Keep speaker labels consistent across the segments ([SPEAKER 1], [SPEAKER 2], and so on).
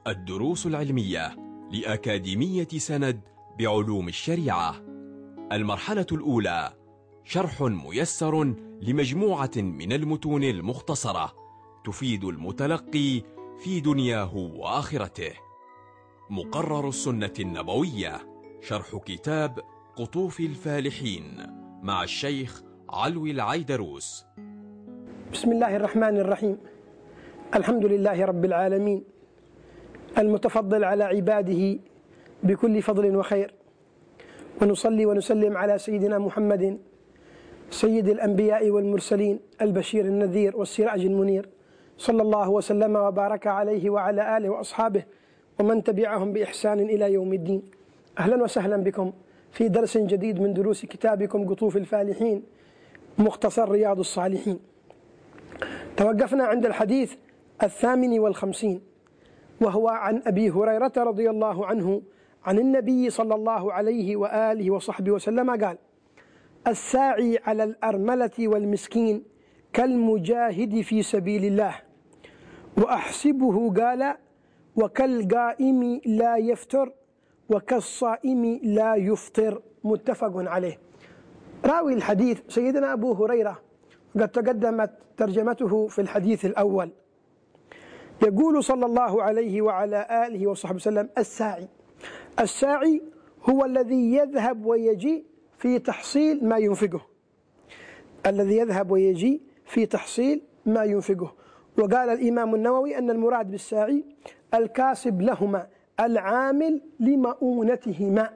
[SPEAKER 1] الدروس العلمية لأكاديمية سند بعلوم الشريعة. المرحلة الأولى: شرح ميسر لمجموعة من المتون المختصرة تفيد المتلقي في دنياه وآخرته. مقرر السنة النبوية، شرح كتاب قطوف الفالحين مع الشيخ علوي العيدروس.
[SPEAKER 2] بسم الله الرحمن الرحيم. الحمد لله رب العالمين، المتفضل على عباده بكل فضل وخير، ونصلي ونسلم على سيدنا محمد سيد الأنبياء والمرسلين، البشير النذير والسراج المنير، صلى الله وسلم وبارك عليه وعلى آله وأصحابه ومن تبعهم بإحسان إلى يوم الدين. أهلا وسهلا بكم في درس جديد من دروس كتابكم قطوف الفالحين، مختصر رياض الصالحين. توقفنا عند الحديث 58، وهو عن أبي هريرة رضي الله عنه عن النبي صلى الله عليه وآله وصحبه وسلم قال: الساعي على الأرملة والمسكين كالمجاهد في سبيل الله. وأحسبه قال: وكالقائم لا يفتر وكالصائم لا يفطر. متفق عليه. راوي الحديث سيدنا أبو هريرة، قد تقدمت ترجمته في الحديث الأول. يقول صلى الله عليه وعلى آله وصحبه وسلم: الساعي هو الذي يذهب ويجي في تحصيل ما ينفقه، الذي يذهب ويجي في تحصيل ما ينفقه. وقال الإمام النووي أن المراد بالساعي الكاسب لهما، العامل لمؤونتهما،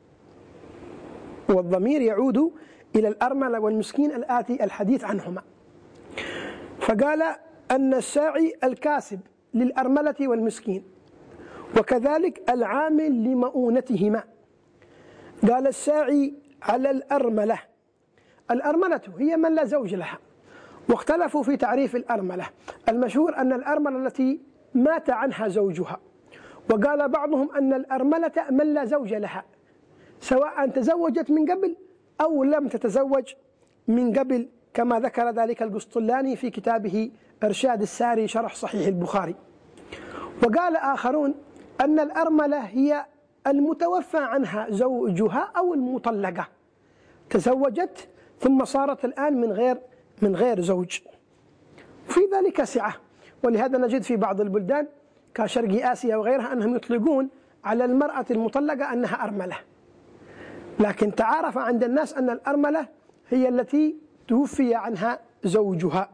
[SPEAKER 2] والضمير يعود إلى الأرملة والمسكين الآتي الحديث عنهما. فقال أن الساعي الكاسب للأرملة والمسكين، وكذلك العامل لمؤونتهما. قال الساعي على الأرملة. الأرملة هي من لا زوج لها، واختلفوا في تعريف الأرملة. المشهور أن الأرملة التي مات عنها زوجها، وقال بعضهم أن الأرملة من لا زوج لها، سواء تزوجت من قبل أو لم تتزوج من قبل، كما ذكر ذلك القسطلاني في كتابه إرشاد الساري شرح صحيح البخاري. وقال آخرون أن الأرملة هي المتوفى عنها زوجها أو المطلقة، تزوجت ثم صارت الآن من غير زوج. في ذلك سعة، ولهذا نجد في بعض البلدان كشرق آسيا وغيرها أنهم يطلقون على المرأة المطلقة أنها أرملة، لكن تعارف عند الناس أن الأرملة هي التي توفي عنها زوجها.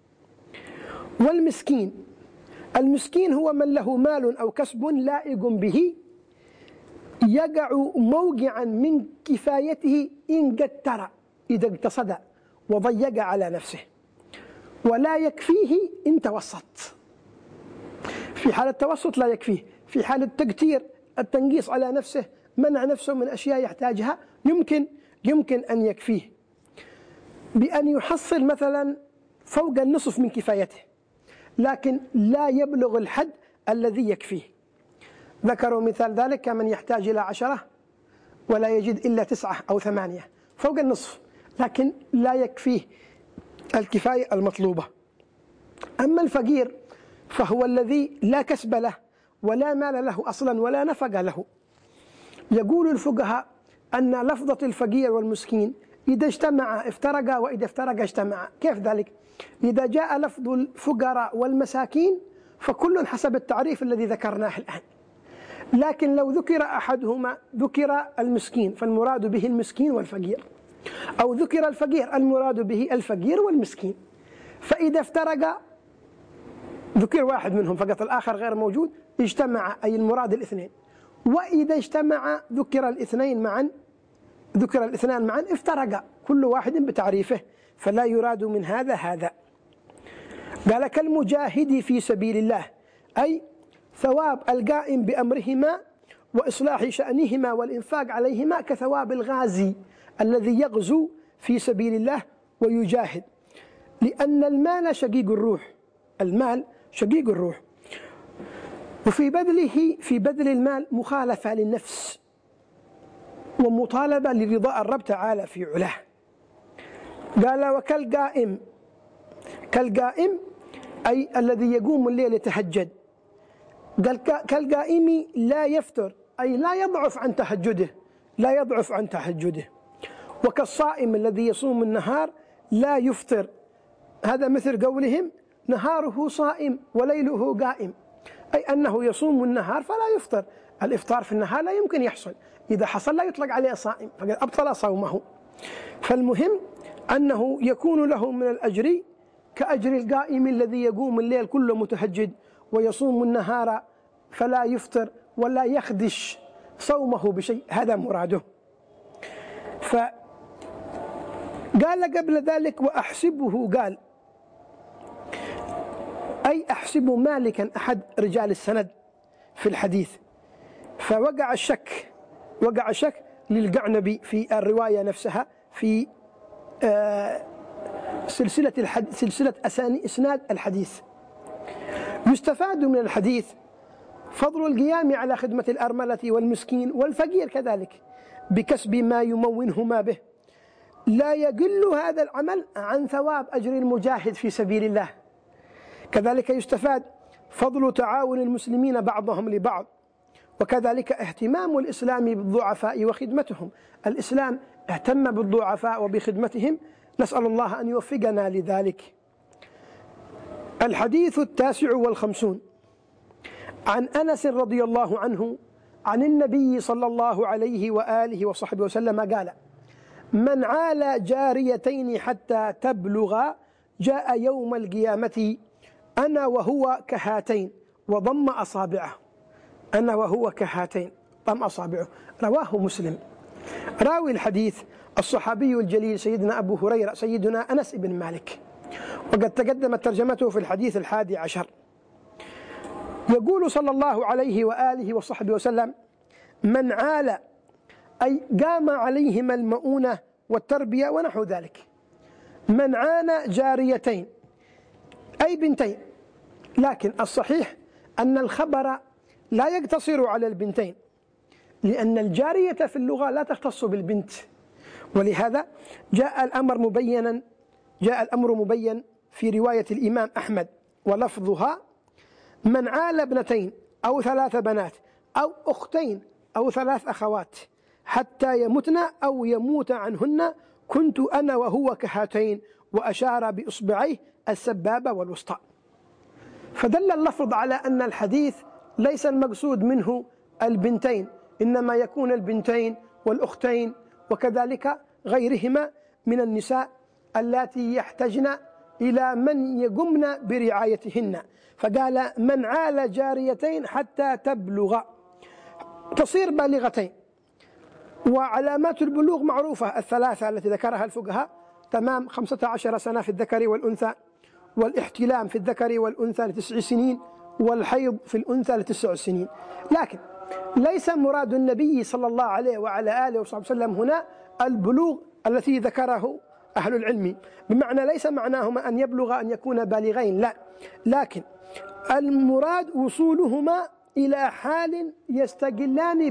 [SPEAKER 2] المسكين هو من له مال أو كسب لائق به، يقع موقعا من كفايته إن قتر إذا اقتصد وضيق على نفسه، ولا يكفيه إن توسط. في حال التوسط لا يكفيه، في حال التقتير التنقيص على نفسه، منع نفسه من أشياء يحتاجها، يمكن أن يكفيه بأن يحصل مثلا فوق النصف من كفايته، لكن لا يبلغ الحد الذي يكفيه. ذكروا مثال ذلك كمن يحتاج إلى 10 ولا يجد إلا 9 أو 8، فوق النصف، لكن لا يكفيه الكفاية المطلوبة. أما الفقير فهو الذي لا كسب له ولا مال له أصلا ولا نفق له. يقول الفقهاء أن لفظة الفقير والمسكين إذا اجتمع افترقا، وإذا افترقا اجتمعا. كيف ذلك؟ إذا جاء لفظ الفقراء والمساكين فكل حسب التعريف الذي ذكرناه الآن، لكن لو ذكر أحدهما ذكر المسكين فالمراد به المسكين والفقير، أو ذكر الفقير المراد به الفقير والمسكين. فإذا افترقا ذكر واحد منهم فقط، الآخر غير موجود، اجتمع أي المراد الاثنين. وإذا اجتمع ذكر الاثنان معا افترقا، كل واحد بتعريفه، فلا يراد من هذا. قال: كالمجاهد في سبيل الله، أي ثواب القائم بأمرهما وإصلاح شأنهما والإنفاق عليهما كثواب الغازي الذي يغزو في سبيل الله ويجاهد، لأن المال شقيق الروح، وفي بذل المال مخالفة للنفس ومطالبة لرضاء الرب تعالى في علاه. قال: كالقائم أي الذي يقوم الليل يتهجد، قال كالقائم لا يفتر، أي لا يضعف عن تهجده، لا يضعف عن تهجده. وكالصائم الذي يصوم النهار لا يفطر، هذا مثل قولهم نهاره صائم وليله قائم، أي أنه يصوم النهار فلا يفطر. الإفطار في النهار لا يمكن يحصل، إذا حصل لا يطلق عليه صائم، فقد أبطل صومه. فالمهم أنه يكون له من الأجر كأجر القائم الذي يقوم الليل كله متهجد ويصوم النهار فلا يفطر ولا يخدش صومه بشيء، هذا مراده. فقال قبل ذلك وأحسبه، قال أي أحسب مالكا أحد رجال السند في الحديث، فوقع الشك، وقع الشك للقعنبي في الرواية نفسها في سلسلة إسناد الحديث. يستفاد من الحديث فضل القيام على خدمة الأرملة والمسكين والفقير كذلك بكسب ما يمونهما به، لا يقل هذا العمل عن ثواب أجر المجاهد في سبيل الله. كذلك يستفاد فضل تعاون المسلمين بعضهم لبعض، وكذلك اهتمام الإسلام بالضعفاء وخدمتهم، الإسلام اهتم بالضعفاء وبخدمتهم، نسأل الله أن يوفقنا لذلك. الحديث 59 عن أنس رضي الله عنه عن النبي صلى الله عليه وآله وصحبه وسلم قال: من عال جاريتين حتى تبلغا جاء يوم القيامة أنا وهو كهاتين وضم أصابعه، أنا وهو كهاتين ضم أصابعه. رواه مسلم. راوي الحديث الصحابي الجليل سيدنا أبو هريرة سيدنا أنس بن مالك، وقد تقدمت ترجمته في الحديث 11. يقول صلى الله عليه وآله وصحبه وسلم: من عال أي قام عليهما المؤونة والتربية ونحو ذلك. من عان جاريتين أي بنتين، لكن الصحيح أن الخبر لا يقتصر على البنتين، لأن الجارية في اللغة لا تختص بالبنت، ولهذا جاء الأمر مبين في رواية الإمام أحمد ولفظها: من عال ابنتين أو 3 بنات أو أختين أو 3 أخوات حتى يمتن أو يموت عنهن كنت أنا وهو كهاتين، وأشار بإصبعيه السبابة والوسطى. فدل اللفظ على أن الحديث ليس المقصود منه البنتين، إنما يكون البنتين والأختين وكذلك غيرهما من النساء اللاتي يحتجن إلى من يقمن برعايتهن. فقال: من عال جاريتين حتى تبلغ، تصير بالغتين. وعلامات البلوغ معروفة 3 التي ذكرها الفقهاء: تمام 15 سنة في الذكر والأنثى، والاحتلام في الذكر والأنثى ل9 سنين، والحيض في الأنثى ل9 سنين. لكن ليس مراد النبي صلى الله عليه وعلى آله وصحبه وسلم هنا البلوغ الذي ذكره أهل العلم، بمعنى ليس معناهما أن يبلغ أن يكون بالغين، لا، لكن المراد وصولهما إلى حال يستقلان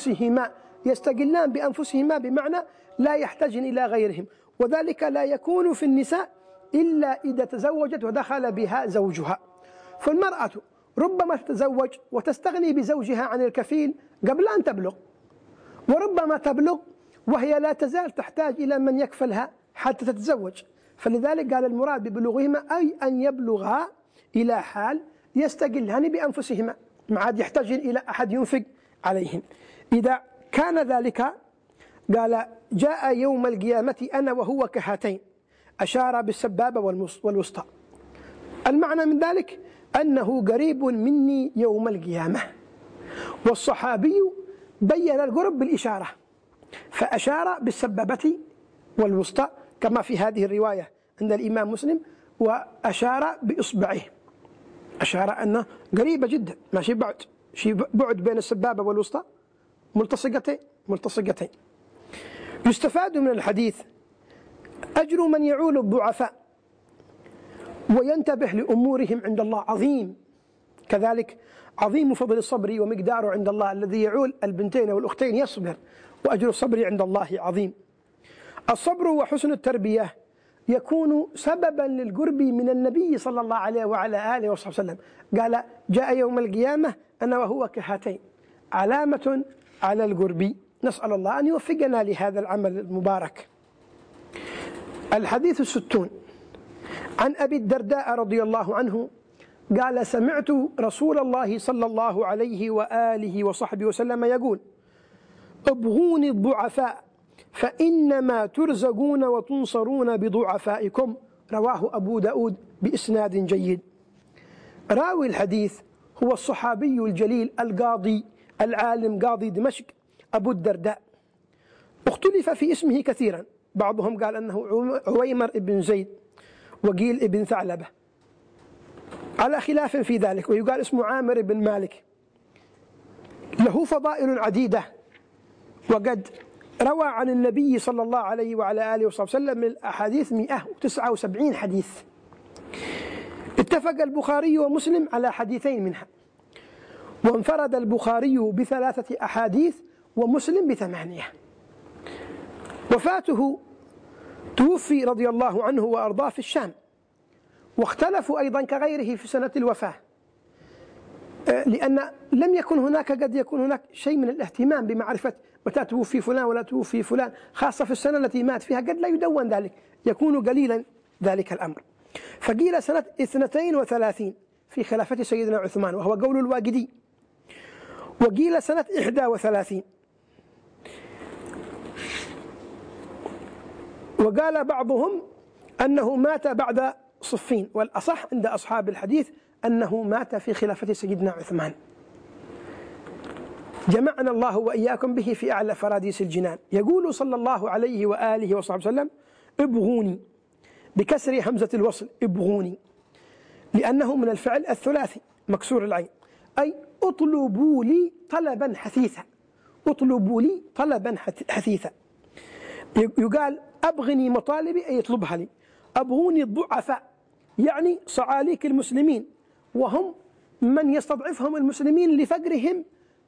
[SPEAKER 2] بأنفسهما، بمعنى لا يحتاجن إلى غيرهم، وذلك لا يكون في النساء إلا إذا تزوجت ودخل بها زوجها. فالمرأة ربما تتزوج وتستغني بزوجها عن الكفيل قبل أن تبلغ، وربما تبلغ وهي لا تزال تحتاج إلى من يكفلها حتى تتزوج. فلذلك قال المراد ببلوغهما أي أن يبلغها إلى حال يستقلان بأنفسهما، ما عاد يحتاجن إلى أحد ينفق عليهن. إذا كان ذلك قال: جاء يوم القيامة أنا وهو كهاتين، أشار بالسبابة والوسطى. المعنى من ذلك أنه قريب مني يوم القيامة. والصحابي بين القرب بالإشارة، فأشار بالسبابة والوسطى كما في هذه الرواية عند الإمام مسلم، وأشار بإصبعه، أشار أنه قريبة جدا، ماشي بعد بين السبابة والوسطى، ملتصقتين. يستفاد من الحديث أجر من يعول الضعفاء وينتبه لأمورهم عند الله عظيم، كذلك عظيم فضل الصبر ومقداره عند الله. الذي يعول البنتين والأختين يصبر، وأجر الصبر عند الله عظيم. الصبر وحسن التربية يكون سببا للقرب من النبي صلى الله عليه وعلى آله وصحبه وسلم. قال جاء يوم القيامة أنا وهو كهاتين علامة على القرب. نسأل الله أن يوفقنا لهذا العمل المبارك. الحديث 60 عن أبي الدرداء رضي الله عنه قال سمعت رسول الله صلى الله عليه وآله وصحبه وسلم يقول ابغوني الضعفاء فإنما ترزقون وتنصرون بضعفائكم. رواه أبو داود بإسناد جيد. راوي الحديث هو الصحابي الجليل القاضي العالم قاضي دمشق أبو الدرداء. اختلف في اسمه كثيرا، بعضهم قال أنه عويمر بن زيد وقيل بن ثعلبة على خلاف في ذلك، ويقال اسمه عامر بن مالك. له فضائل عديدة، وقد روى عن النبي صلى الله عليه وعلى آله وصحبه وسلم من الأحاديث 179 حديث. اتفق البخاري ومسلم على حديثين منها، وانفرد البخاري ب3 أحاديث ومسلم ب8. وفاته توفي رضي الله عنه وأرضاه في الشام، واختلفوا أيضا كغيره في سنة الوفاة، لأن لم يكن هناك قد يكون هناك شيء من الاهتمام بمعرفة متى توفي فلان ولا توفي فلان، خاصة في السنة التي مات فيها قد لا يدون ذلك، يكون قليلا ذلك الأمر. فقيل سنة 32 في خلافة سيدنا عثمان وهو قول الواقدي، وقيل سنة 31، وقال بعضهم أنه مات بعد صفين، والأصح عند أصحاب الحديث أنه مات في خلافة سيدنا عثمان. جمعنا الله وإياكم به في أعلى فراديس الجنان. يقول صلى الله عليه وآله وصحبه وسلم ابغوني بكسر همزة الوصل، ابغوني، لأنه من الفعل الثلاثي مكسور العين، أي اطلبوا لي طلبا حثيثا، اطلبوا لي طلبا حثيثا. يقال أبغني مطالبي أي اطلبها لي. أبغوني الضعفاء يعني صعاليك المسلمين، وهم من يستضعفهم المسلمين لفقرهم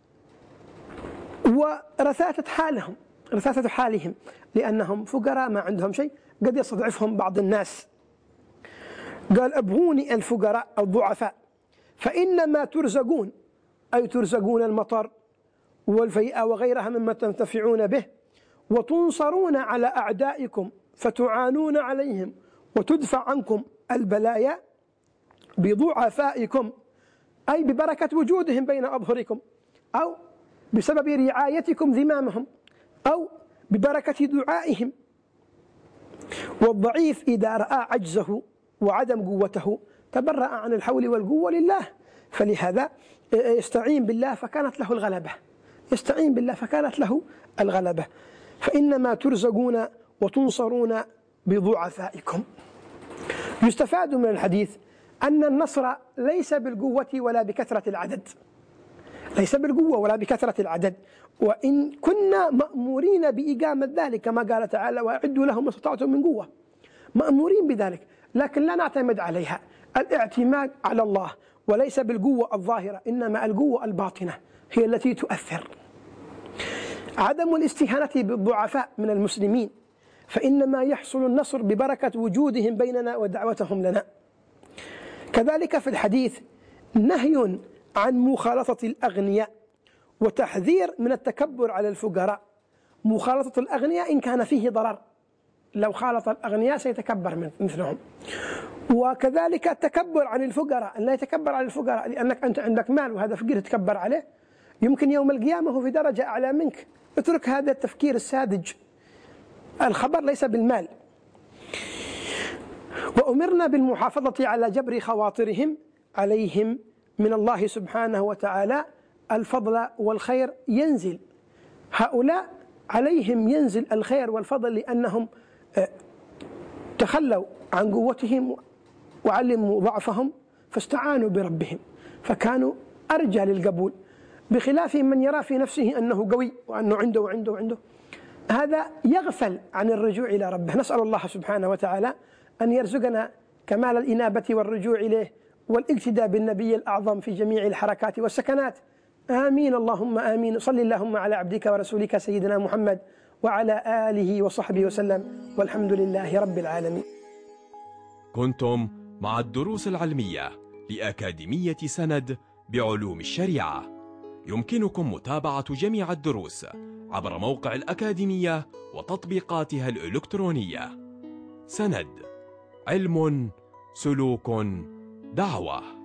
[SPEAKER 2] ورثاثة حالهم، لأنهم فقراء ما عندهم شيء، قد يستضعفهم بعض الناس. قال أبغوني الفقراء الضعفاء فإنما ترزقون، أي ترزقون المطر والفيئة وغيرها مما تنتفعون به، وتنصرون على أعدائكم فتعانون عليهم وتدفع عنكم البلايا بضعفائكم، أي ببركة وجودهم بين أظهركم، أو بسبب رعايتكم ذمامهم، أو ببركة دعائهم. والضعيف إذا رأى عجزه وعدم قوته تبرأ عن الحول والقوة لله، فلهذا يستعين بالله فكانت له الغلبة، يستعين بالله فكانت له الغلبة. فإنما ترزقون وتنصرون بضعفائكم. يستفاد من الحديث أن النصر ليس بالقوة ولا بكثرة العدد، ليس بالقوة ولا بكثرة العدد، وإن كنا مأمورين بإقامة ذلك كما قال تعالى وأعدوا لهم ما استطعتم من قوة، مأمورين بذلك، لكن لا نعتمد عليها. الاعتماد على الله وليس بالقوة الظاهرة، إنما القوة الباطنة هي التي تؤثر. عدم الاستهانة بالضعفاء من المسلمين، فإنما يحصل النصر ببركة وجودهم بيننا ودعوتهم لنا. كذلك في الحديث نهي عن مخالطة الأغنياء وتحذير من التكبر على الفقراء. مخالطة الأغنياء إن كان فيه ضرر، لو خالط الأغنياء سيتكبر مثلهم. وكذلك التكبر عن الفقراء، أن لا يتكبر على الفقراء، لأنك أنت عندك مال وهذا فقير تتكبر عليه، يمكن يوم القيامة هو في درجة أعلى منك. اترك هذا التفكير الساذج، الخبر ليس بالمال. وأمرنا بالمحافظة على جبر خواطرهم عليهم من الله سبحانه وتعالى الفضل والخير ينزل، هؤلاء عليهم ينزل الخير والفضل لأنهم تخلوا عن قوتهم وعلموا ضعفهم فاستعانوا بربهم فكانوا أرجى للقبول، بخلاف من يرى في نفسه أنه قوي وأنه عنده هذا يغفل عن الرجوع إلى ربه. نسأل الله سبحانه وتعالى أن يرزقنا كمال الإنابة والرجوع إليه والاقتداء بالنبي الأعظم في جميع الحركات والسكنات. آمين اللهم آمين. صل اللهم على عبدك ورسولك سيدنا محمد وعلى آله وصحبه وسلم، والحمد لله رب العالمين.
[SPEAKER 1] كنتم مع الدروس العلمية لأكاديمية سند بعلوم الشريعة. يمكنكم متابعة جميع الدروس عبر موقع الأكاديمية وتطبيقاتها الإلكترونية. سند، علم، سلوك، دعوة.